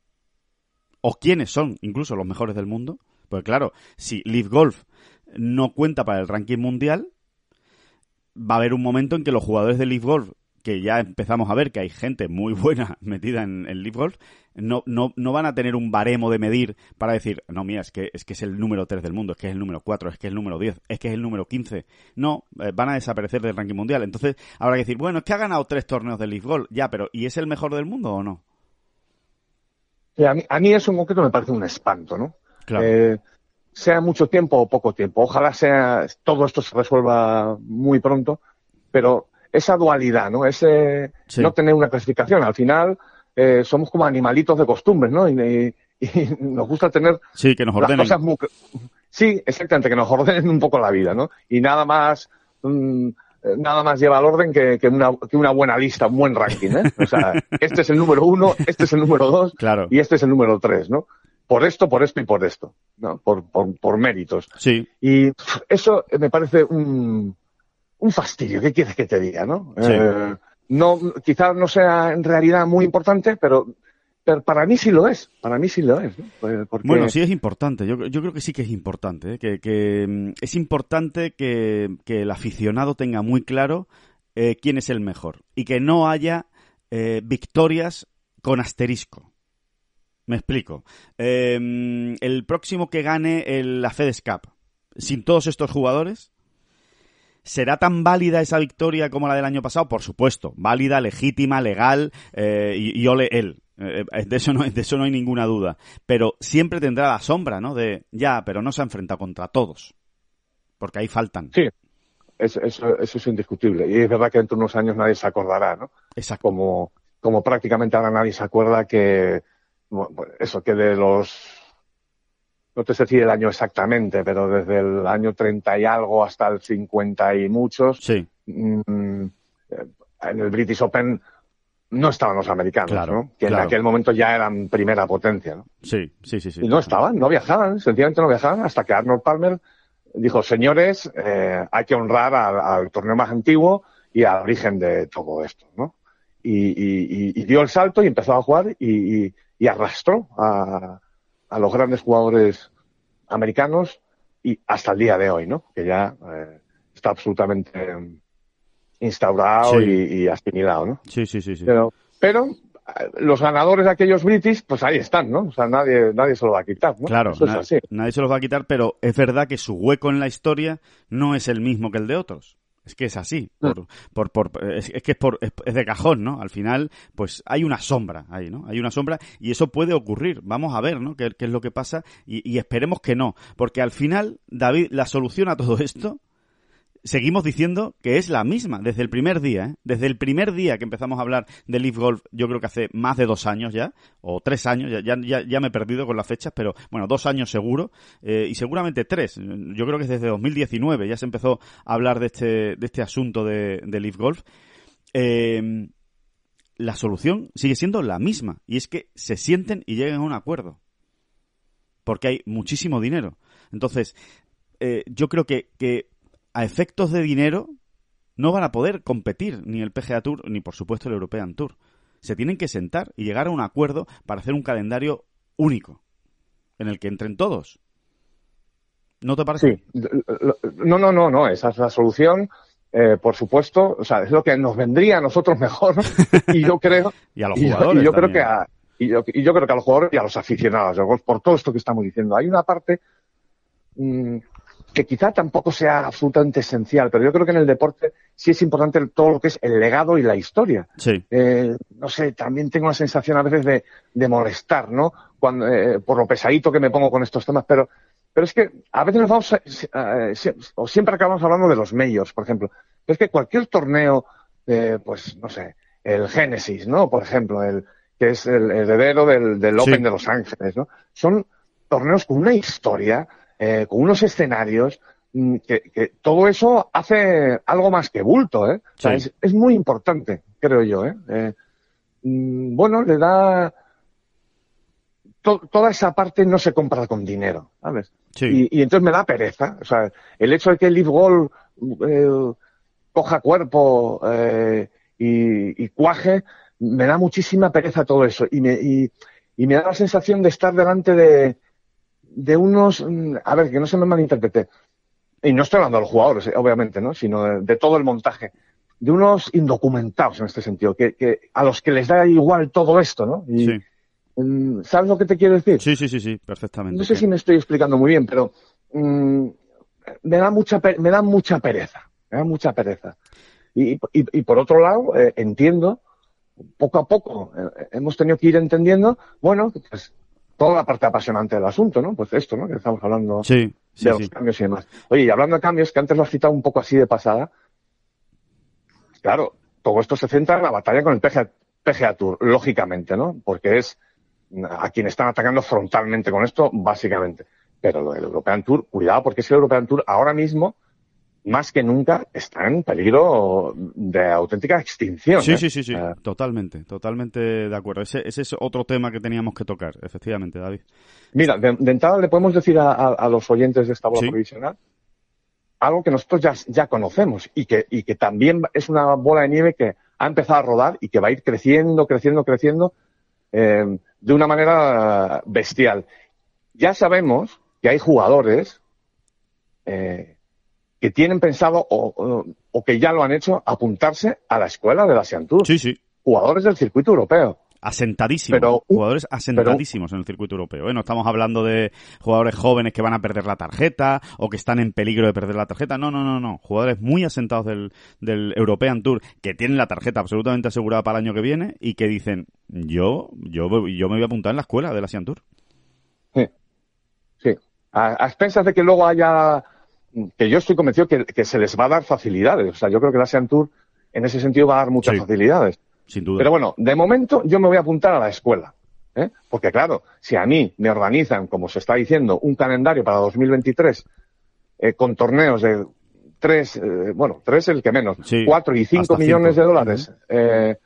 O quiénes son incluso los mejores del mundo. Pues claro, si Live Golf no cuenta para el ranking mundial, va a haber un momento en que los jugadores de Live Golf, que ya empezamos a ver que hay gente muy buena metida en el Live Golf, no, no, no van a tener un baremo de medir para decir, no, mira, es que, es que es el número tres del mundo, es que es el número cuatro, es que es el número diez, es que es el número quince. No, eh, van a desaparecer del ranking mundial. Entonces habrá que decir, bueno, es que ha ganado tres torneos de Live Golf, ya, pero ¿y es el mejor del mundo o no? Sí, a mí, a mí eso en concreto me parece un espanto, ¿no? Claro. Eh, sea mucho tiempo o poco tiempo. Ojalá sea todo esto se resuelva muy pronto, pero esa dualidad, ¿no? Ese Sí. no tener una clasificación. Al final eh, somos como animalitos de costumbres, ¿no? Y, y, y nos gusta tener Sí, que nos las ordenen. cosas muy... Sí, exactamente, que nos ordenen un poco la vida, ¿no? Y nada más... Mmm, nada más lleva al orden que, que, una, que una buena lista, un buen ranking, ¿eh? O sea, este es el número uno, este es el número dos Claro. y este es el número tres, ¿no? Por esto, por esto y por esto, ¿no? Por, por, por méritos. Sí. Y pff, eso me parece un, un fastidio. ¿Qué quieres que te diga, no? Sí. Eh, no, quizás no sea en realidad muy importante, pero, pero para mí sí lo es. Para mí sí lo es, ¿no? Pues, porque... Bueno, sí es importante. Yo, yo creo que sí que es importante, ¿eh? que, que mm, es importante que, que el aficionado tenga muy claro eh, quién es el mejor y que no haya eh, victorias con asterisco. Me explico. Eh, el próximo que gane el, la FedEx Cup, sin todos estos jugadores, ¿será tan válida esa victoria como la del año pasado? Por supuesto, válida, legítima, legal, eh, y, y ole él. Eh, de eso no, de eso no hay ninguna duda. Pero siempre tendrá la sombra, ¿no? De, ya, pero no se ha enfrentado contra todos. Porque ahí faltan. Sí, eso, eso, eso es indiscutible. Y es verdad que dentro de unos años nadie se acordará, ¿no? Exacto. Como, como prácticamente ahora nadie se acuerda que, eso, que de los, no te sé decir el año exactamente, pero desde el año treinta y algo hasta el cincuenta y muchos, Sí. mmm, en el British Open no estaban los americanos, Claro, ¿no? Que claro. en aquel momento ya eran primera potencia, ¿no? Sí, sí, sí, sí. Y no estaban, no viajaban, sencillamente no viajaban, hasta que Arnold Palmer dijo, señores, eh, hay que honrar al, al torneo más antiguo y al origen de todo esto, ¿no? Y, y, y dio el salto y empezó a jugar y, y, y arrastró a, a los grandes jugadores americanos y hasta el día de hoy, ¿no? Que ya eh, está absolutamente eh, instaurado Sí. y, y asimilado, ¿no? Sí, sí, sí, sí. Pero, pero los ganadores de aquellos British, pues ahí están, ¿no? O sea, nadie, nadie se lo va a quitar, ¿no? Claro, Eso es na- así. nadie se los va a quitar, pero es verdad que su hueco en la historia no es el mismo que el de otros. Es que es así. Por, por, por, es, es que es, por, es, es de cajón, ¿no? Al final, pues hay una sombra ahí, ¿no? Hay una sombra y eso puede ocurrir. Vamos a ver, ¿no? ¿Qué, qué es lo que pasa? Y, y esperemos que no. Porque al final, David, la solución a todo esto, seguimos diciendo que es la misma desde el primer día, ¿eh? Desde el primer día que empezamos a hablar de Live Golf, yo creo que hace más de dos años ya, o tres años, ya, ya, ya me he perdido con las fechas, pero bueno, dos años seguro, eh, y seguramente tres. Yo creo que desde dos mil diecinueve ya se empezó a hablar de este, de este asunto de, de Live Golf. Eh, la solución sigue siendo la misma, y es que se sienten y lleguen a un acuerdo. Porque hay muchísimo dinero. Entonces, eh, yo creo que, que a efectos de dinero no van a poder competir ni el P G A Tour ni por supuesto el European Tour. Se tienen que sentar y llegar a un acuerdo para hacer un calendario único en el que entren todos. ¿No te parece? Sí. No, no, no, no. Esa es la solución. Eh, por supuesto, o sea, es lo que nos vendría a nosotros mejor. Y yo creo. Y a los y yo, jugadores y yo creo también. que a, y yo, y yo creo que a los jugadores y a los aficionados del golf, por todo esto que estamos diciendo. Hay una parte mmm, que quizá tampoco sea absolutamente esencial, pero yo creo que en el deporte sí es importante todo lo que es el legado y la historia. Sí. Eh, no sé, también tengo la sensación a veces de, de molestar, ¿no? Cuando, eh, por lo pesadito que me pongo con estos temas, pero, pero es que a veces nos vamos, a, a, a, o siempre acabamos hablando de los majors, por ejemplo. Pero es que cualquier torneo, eh, pues, no sé, el Genesis, ¿no? Por ejemplo, el que es el heredero del, del Open Sí. de Los Ángeles, ¿no? Son torneos con una historia, Eh, con unos escenarios mmm, que, que todo eso hace algo más que bulto, ¿eh? O sea, Sí. es, es muy importante, creo yo, ¿eh? eh mmm, bueno, le da... To, toda esa parte no se compra con dinero, ¿sabes? Sí. Y, y entonces me da pereza. O sea, el hecho de que el Live Golf eh, coja cuerpo eh, y, y cuaje, me da muchísima pereza todo eso. Y me, y, y me da la sensación de estar delante de, de unos... A ver, que no se me malinterprete. Y no estoy hablando de los jugadores, obviamente, ¿no? Sino de, de todo el montaje. De unos indocumentados en este sentido, que, que a los que les da igual todo esto, ¿no? Y, sí. ¿sabes lo que te quiero decir? Sí, sí, sí, sí, perfectamente. No sé si me estoy explicando muy bien, pero mmm, me da mucha me da mucha pereza, me da mucha pereza. Y, y, y por otro lado, eh, entiendo, poco a poco eh, hemos tenido que ir entendiendo, bueno, pues toda la parte apasionante del asunto, ¿no? Pues esto, ¿no? Que estamos hablando sí, sí, de los sí. cambios y demás. Oye, y hablando de cambios, que antes lo has citado un poco así de pasada, claro, todo esto se centra en la batalla con el P G A, P G A Tour, lógicamente, ¿no? Porque es a quien están atacando frontalmente con esto, básicamente. Pero lo del European Tour, cuidado, porque ese European Tour ahora mismo, más que nunca, está en peligro de auténtica extinción. Sí, ¿eh? sí, sí, sí, Uh, totalmente, totalmente de acuerdo. Ese, ese es otro tema que teníamos que tocar, efectivamente, David. Mira, de, de entrada le podemos decir a, a, a los oyentes de esta bola sí. provisional algo que nosotros ya, ya conocemos y que, y que también es una bola de nieve que ha empezado a rodar y que va a ir creciendo, creciendo, creciendo eh, de una manera bestial. Ya sabemos que hay jugadores eh, que tienen pensado o, o, o que ya lo han hecho apuntarse a la escuela de la Asian Tour. Sí, sí. Jugadores del circuito europeo. Asentadísimos, pero, jugadores asentadísimos pero, en el circuito europeo. ¿eh? No estamos hablando de jugadores jóvenes que van a perder la tarjeta o que están en peligro de perder la tarjeta. No, no, no, no. Jugadores muy asentados del, del European Tour que tienen la tarjeta absolutamente asegurada para el año que viene y que dicen, yo yo, yo me voy a apuntar en la escuela de la Asian Tour. Sí, sí. A, a expensas de que luego haya... que yo estoy convencido que, que se les va a dar facilidades. O sea, yo creo que la Asian Tour en ese sentido va a dar muchas sí. facilidades. Sin duda. Pero bueno, de momento yo me voy a apuntar a la escuela. ¿eh? Porque claro, si a mí me organizan, como se está diciendo, un calendario para dos mil veintitrés eh, con torneos de tres, eh, bueno, tres el que menos, sí, cuatro y cinco millones cinco. de dólares, uh-huh. eh,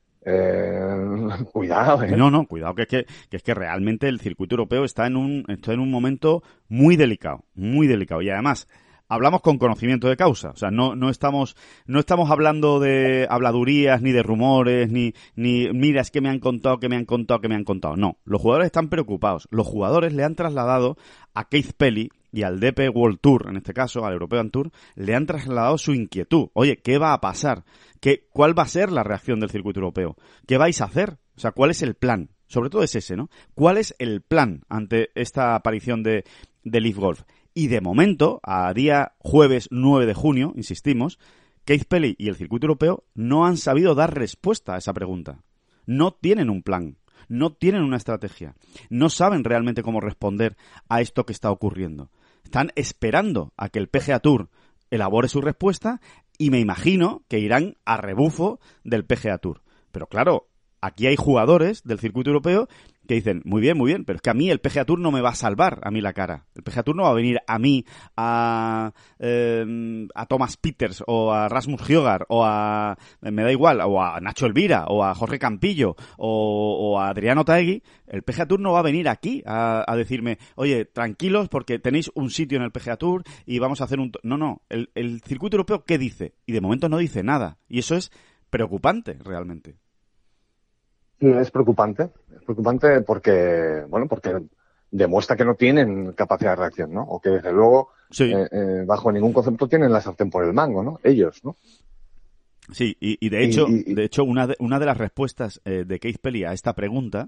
eh, cuidado. ¿eh? No, no, cuidado, que es que, que es que realmente el circuito europeo está en un, está en un momento muy delicado, muy delicado. Y además, hablamos con conocimiento de causa, o sea, no, no estamos, no estamos hablando de habladurías, ni de rumores, ni, ni, mira, es que me han contado, que me han contado, que me han contado. No, los jugadores están preocupados. Los jugadores le han trasladado a Keith Pelly y al D P World Tour, en este caso, al European Tour, le han trasladado su inquietud. Oye, ¿qué va a pasar? ¿Qué, ¿Cuál va a ser la reacción del circuito europeo? ¿Qué vais a hacer? O sea, ¿cuál es el plan? Sobre todo es ese, ¿no? ¿Cuál es el plan ante esta aparición de, de Leaf Golf? Y de momento, a día jueves nueve de junio, insistimos, Keith Pelly y el circuito europeo no han sabido dar respuesta a esa pregunta. No tienen un plan, no tienen una estrategia, no saben realmente cómo responder a esto que está ocurriendo. Están esperando a que el P G A Tour elabore su respuesta y me imagino que irán a rebufo del P G A Tour. Pero claro, aquí hay jugadores del circuito europeo que dicen, muy bien, muy bien, pero es que a mí el P G A Tour no me va a salvar a mí la cara. El P G A Tour no va a venir a mí, a, eh, a Thomas Pieters o a Rasmus Højgaard o a, me da igual, o a Nacho Elvira o a Jorge Campillo o, o a Adriano Taegui. El P G A Tour no va a venir aquí a, a decirme, oye, tranquilos porque tenéis un sitio en el P G A Tour y vamos a hacer un... No, no, el, el circuito europeo, ¿qué dice? Y de momento no dice nada. Y eso es preocupante, realmente. Sí, es preocupante, es preocupante porque, bueno, porque demuestra que no tienen capacidad de reacción, ¿no? O que desde luego, sí. eh, eh, bajo ningún concepto tienen la sartén por el mango, ¿no? Ellos, ¿no? Sí, y, y de hecho, y, y, de hecho, una de, una de las respuestas eh, de Keith Pelly a esta pregunta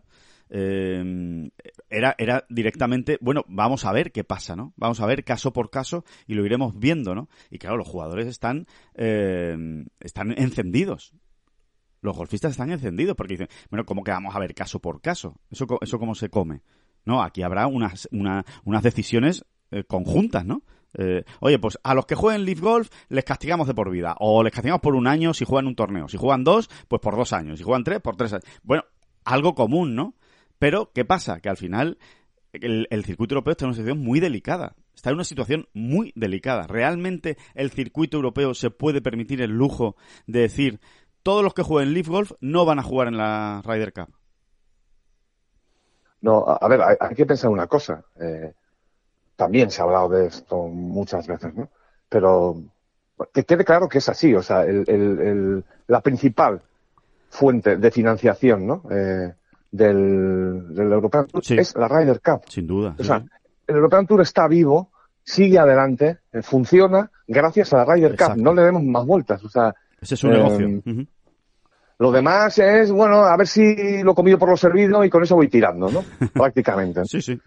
eh, era, era directamente, bueno, vamos a ver qué pasa, ¿no? Vamos a ver caso por caso y lo iremos viendo, ¿no? Y claro, los jugadores están, eh, están encendidos. Los golfistas están encendidos porque dicen, bueno, ¿cómo que vamos a ver caso por caso? ¿Eso, eso cómo se come? No, aquí habrá unas, una, unas decisiones eh, conjuntas, ¿no? Eh, oye, pues a los que jueguen Leaf Golf les castigamos de por vida. O les castigamos por un año si juegan un torneo. Si juegan dos, pues por dos años. Si juegan tres, por tres años. Bueno, algo común, ¿no? Pero, ¿qué pasa? Que al final el, el circuito europeo está en una situación muy delicada. Está en una situación muy delicada. ¿Realmente el circuito europeo se puede permitir el lujo de decir... todos los que jueguen Leaf Golf no van a jugar en la Ryder Cup? No, a, a ver, hay, hay que pensar una cosa. Eh, también se ha hablado de esto muchas veces, ¿no? Pero que quede claro que es así, o sea, el, el, el, la principal fuente de financiación, ¿no? Eh, del, del European Tour sí. es la Ryder Cup. Sin duda. O sí, sea, sí. el European Tour está vivo, sigue adelante, eh, funciona gracias a la Ryder Exacto. Cup. No le demos más vueltas, o sea. Ese es su eh, negocio. Uh-huh. Lo demás es, bueno, a ver si lo comido por lo servido y con eso voy tirando, ¿no? Prácticamente. Sí, sí.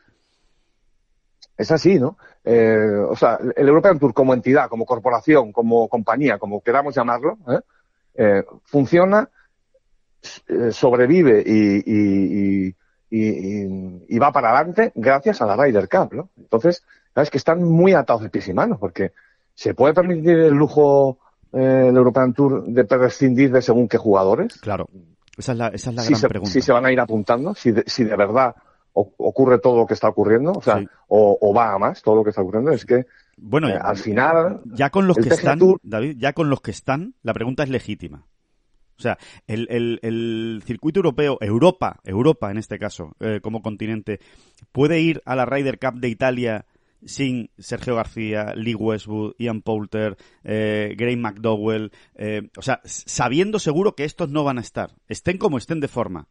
Es así, ¿no? Eh, o sea, el European Tour como entidad, como corporación, como compañía, como queramos llamarlo, ¿eh? Eh, funciona, eh, sobrevive y, y, y, y, y va para adelante gracias a la Ryder Cup, ¿no? Entonces, sabes que están muy atados de pies y manos, porque se puede permitir el lujo eh, el European Tour de prescindir de según qué jugadores. Claro, esa es la, esa es la si gran se, pregunta. Si se van a ir apuntando, si de, si de verdad ocurre todo lo que está ocurriendo, o sea, sí. o, o va a más todo lo que está ocurriendo, es que bueno, eh, al final ya con los que P G A están, Tour, David, ya con los que están, la pregunta es legítima. O sea, el, el, el circuito europeo, Europa, Europa en este caso, eh, como continente, puede ir a la Ryder Cup de Italia sin Sergio García, Lee Westwood, Ian Poulter, eh, Graham McDowell, eh, o sea, sabiendo seguro que estos no van a estar, estén como estén de forma.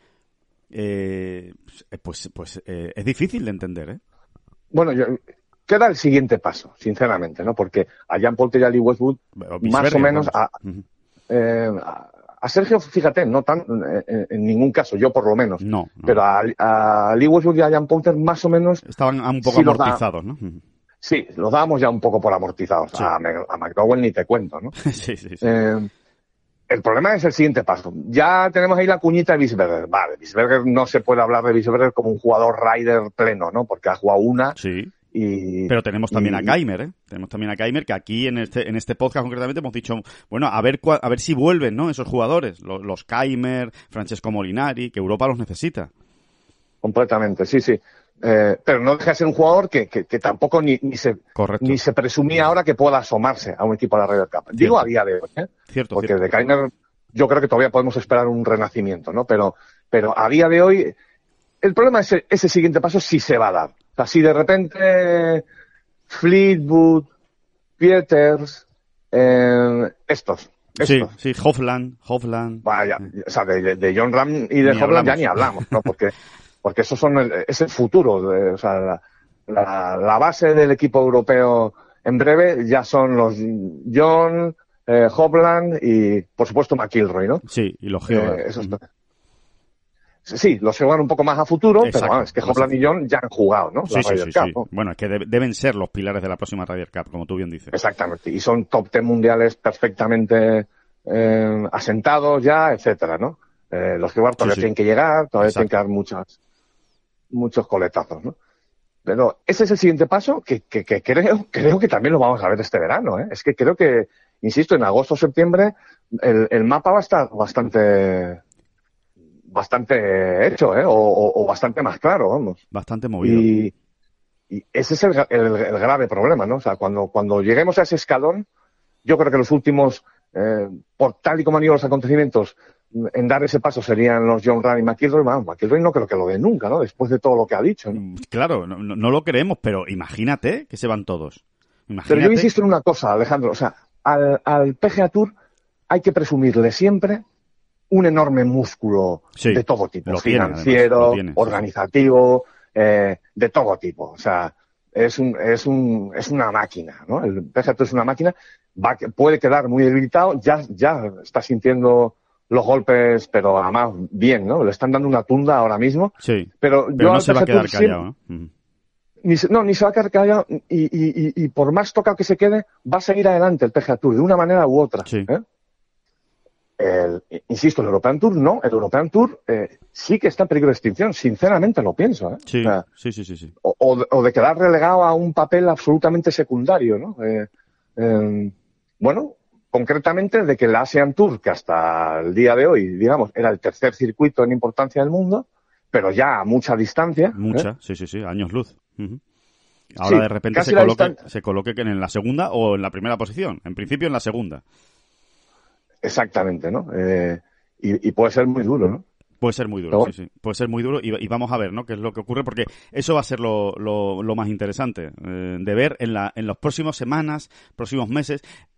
Eh, pues pues eh, es difícil de entender, ¿eh? Bueno, yo, queda el siguiente paso, sinceramente, ¿no? Porque a Ian Poulter y a Lee Westwood, o más o menos, a, uh-huh. eh, a, a Sergio, fíjate, no tan, eh, en ningún caso, yo por lo menos, no, no. pero a, a Lee Westwood y a Ian Poulter más o menos estaban un poco sí amortizados, ¿no? Uh-huh. Sí, los dábamos ya un poco por amortizados. Sí. A, a McDowell ni te cuento, ¿no? sí, sí, sí. Eh, El problema es el siguiente paso. Ya tenemos ahí la cuñita de Wiesberger. Vale, Wiesberger no se puede hablar de Wiesberger como un jugador rider pleno, ¿no? Porque ha jugado una. Sí. Y, pero tenemos también y, a Kaymer, ¿eh? Tenemos también a Kaymer, que aquí en este en este podcast concretamente hemos dicho, bueno, a ver cua, a ver si vuelven, ¿no? Esos jugadores, los, los Kaymer, Francesco Molinari, que Europa los necesita. Completamente, sí, sí. Eh, pero no deja de ser un jugador que, que, que tampoco ni, ni se Correcto. ni se presumía ahora que pueda asomarse a un equipo de la Ryder Cup. Digo a día de hoy, ¿eh? Cierto, Porque cierto. de Kaymer yo creo que todavía podemos esperar un renacimiento, ¿no? Pero, pero a día de hoy, el problema es ese, ese siguiente paso si se va a dar. O sea, si de repente Fleetwood, Pieters, eh, estos, estos. Sí, sí, Hovland, Hovland. Vaya, o sea, de, de John Ram y de Hovland ya ni hablamos, ¿no? Porque, porque esos son el, es el futuro, de, o sea, la, la, la base del equipo europeo en breve ya son los John, Eh, Hovland y, por supuesto, McIlroy, ¿no? Sí, y los Geoghegan. Eh, esos... mm. Sí, los Geoghegan un poco más a futuro, Exacto, pero bueno, es que Hovland y John ya han jugado, ¿no? Sí, la sí, Ryder sí, Cup, sí. ¿no? Bueno, es que de- deben ser los pilares de la próxima Ryder Cup, como tú bien dices. Exactamente, y son top ten mundiales perfectamente eh, asentados ya, etcétera, ¿no? Eh, los Geoghegan todavía Sí, sí. tienen que llegar, todavía Exacto. tienen que dar muchas, muchos coletazos, ¿no? Pero ese es el siguiente paso que, que, que creo, creo que también lo vamos a ver este verano, ¿eh? Es que creo que, insisto, en agosto o septiembre el, el mapa va a estar bastante bastante hecho, ¿eh? O, o, o bastante más claro, vamos. Bastante movido. Y, y ese es el, el, el grave problema, ¿no? O sea, cuando, cuando lleguemos a ese escalón, yo creo que los últimos, eh, por tal y como han ido los acontecimientos, en dar ese paso serían los John Ram y McIlroy. Bueno, McIlroy no creo que lo dé nunca, ¿no? Después de todo lo que ha dicho, ¿no? Claro, no, no lo creemos, pero imagínate que se van todos. Imagínate. Pero yo insisto en una cosa, Alejandro, o sea, al, al P G A Tour hay que presumirle siempre un enorme músculo Sí, de todo tipo, lo tiene, financiero, además, lo tiene, sí, organizativo, eh, de todo tipo. O sea, es un, es un, es una máquina, ¿no? El P G A Tour es una máquina, va, puede quedar muy debilitado, ya, ya está sintiendo los golpes, pero además bien, ¿no? Le están dando una tunda ahora mismo. Sí, pero, pero yo no al se va a P G A quedar Tour callado, siempre- ¿no? Ujú. Ni se, no, ni se va a quedar callado y, y, y, y por más tocado que se quede, va a seguir adelante el P G A Tour de una manera u otra. Sí. ¿eh? El, insisto, el European Tour no, el European Tour eh, sí que está en peligro de extinción, sinceramente lo pienso. ¿eh? Sí, O sea, sí, sí, sí, sí. o, o de- o de quedar relegado a un papel absolutamente secundario, ¿no? Eh, eh, bueno, concretamente de que el Asian Tour, que hasta el día de hoy, digamos, era el tercer circuito en importancia del mundo, pero ya a mucha distancia. ¿eh? Mucha, sí, sí, sí, años luz. Ujú. Ahora Sí, de repente casi se la coloque, distan- se coloque en la segunda o en la primera posición. En principio en la segunda. Exactamente, ¿no? Eh, y, y puede ser muy duro, ¿no? Puede ser muy duro, Pero sí, sí. Puede ser muy duro y, y vamos a ver, ¿no? Qué es lo que ocurre, porque eso va a ser lo, lo, lo más interesante eh, de ver en, la, en los próximos semanas, próximos meses.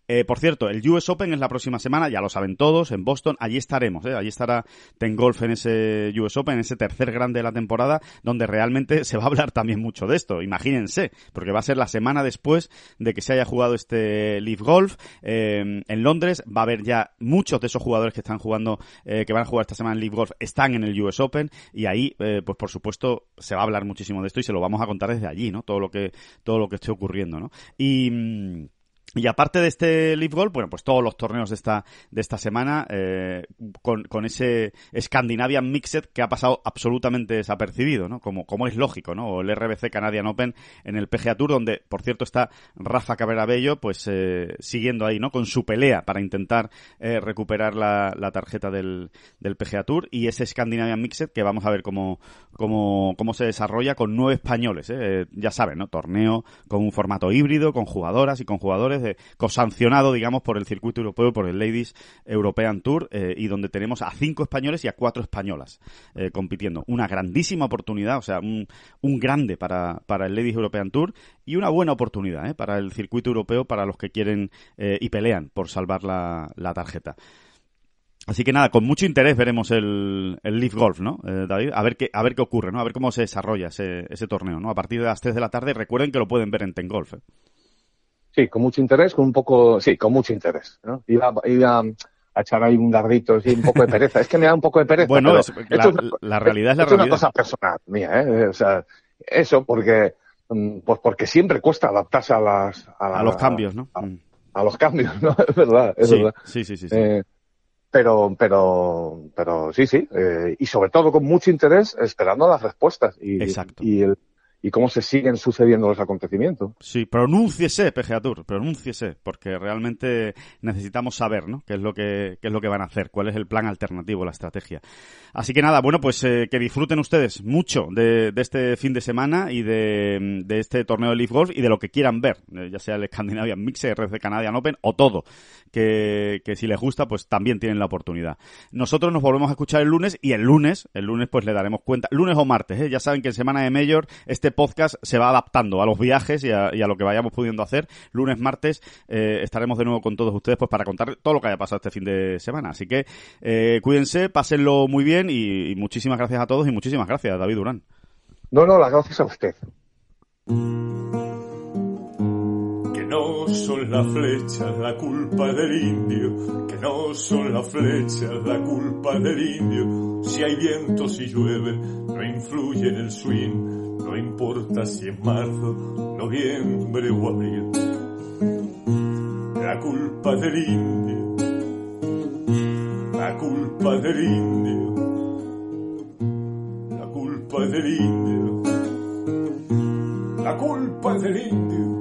Eh, por cierto, el U S Open es la próxima semana, ya lo saben todos, en Boston. Allí estaremos, ¿eh? Allí estará Ten Golf en ese U S Open, en ese tercer grande de la temporada, donde realmente se va a hablar también mucho de esto. Imagínense, porque va a ser la semana después de que se haya jugado este Live Golf. Eh, en Londres va a haber ya muchos de esos jugadores que están jugando, eh, que van a jugar esta semana en Live Golf, están en el U S Open, y ahí, eh, pues por supuesto, se va a hablar muchísimo de esto y se lo vamos a contar desde allí, ¿no? Todo lo que, todo lo que esté ocurriendo, ¿no? Y... Mmm, Y aparte de este Live Golf, bueno, pues todos los torneos de esta de esta semana, eh, con, con ese Scandinavian Mixed que ha pasado absolutamente desapercibido, ¿no? Como, como es lógico, ¿no? O el R B C Canadian Open en el P G A Tour, donde, por cierto, está Rafa Cabrera Bello, pues eh, siguiendo ahí, ¿no? Con su pelea para intentar eh, recuperar la, la tarjeta del, del P G A Tour, y ese Scandinavian Mixed que vamos a ver cómo, cómo, cómo se desarrolla con nueve españoles, ¿eh? Ya saben, ¿no? Torneo con un formato híbrido, con jugadoras y con jugadores, de, cosancionado, digamos, por el circuito europeo, por el Ladies European Tour, eh, y donde tenemos a cinco españoles y a cuatro españolas eh, compitiendo. Una grandísima oportunidad, o sea, un, un grande para, para el Ladies European Tour, y una buena oportunidad eh, para el circuito europeo, para los que quieren eh, y pelean por salvar la, la tarjeta. Así que nada, con mucho interés veremos el, el Live Golf, ¿no, eh, David? A ver qué, a ver qué ocurre, ¿no? A ver cómo se desarrolla ese, ese torneo, ¿no? A partir de las tres de la tarde, recuerden que lo pueden ver en Ten Golf, ¿eh? Sí, con mucho interés, con un poco, sí, con mucho interés, ¿no? Iba, iba a echar ahí un dardito, sí, un poco de pereza. Es que me da un poco de pereza. Bueno, es, la, es una, la realidad es la esto realidad. Es una cosa personal mía, ¿eh? O sea, eso porque, pues porque siempre cuesta adaptarse a las... A, la, a los cambios, ¿no? A, a los cambios, ¿no? Es verdad, es sí, verdad. Sí, sí, sí. sí. Eh, pero, pero, pero sí, sí. Eh, y sobre todo con mucho interés, esperando las respuestas. Y, Exacto. Y el... y cómo se siguen sucediendo los acontecimientos. Sí, pronúnciese, P G A Tour, pronúnciese, porque realmente necesitamos saber, ¿no? Qué es lo que, qué es lo que van a hacer, cuál es el plan alternativo, la estrategia. Así que nada, bueno, pues eh, que disfruten ustedes mucho de, de este fin de semana y de, de este torneo de Live Golf y de lo que quieran ver, eh, ya sea el Scandinavian Mixed, R C Canadian Open o todo, que, que si les gusta, pues también tienen la oportunidad. Nosotros nos volvemos a escuchar el lunes, y el lunes, el lunes pues le daremos cuenta, lunes o martes, ¿eh? Ya saben que en semana de Major este podcast se va adaptando a los viajes y a, y a lo que vayamos pudiendo hacer. Lunes, martes eh, estaremos de nuevo con todos ustedes pues para contar todo lo que haya pasado este fin de semana. Así que eh, cuídense, pásenlo muy bien y, y muchísimas gracias a todos y muchísimas gracias, David Durán. No, no, las gracias a usted. Que no son las flechas la culpa del indio, que no son las flechas la culpa del indio. Si hay viento, si llueve, no influye en el swing. No importa si es marzo, noviembre o abril. La culpa del indio, la culpa del indio, la culpa del indio, la culpa del indio.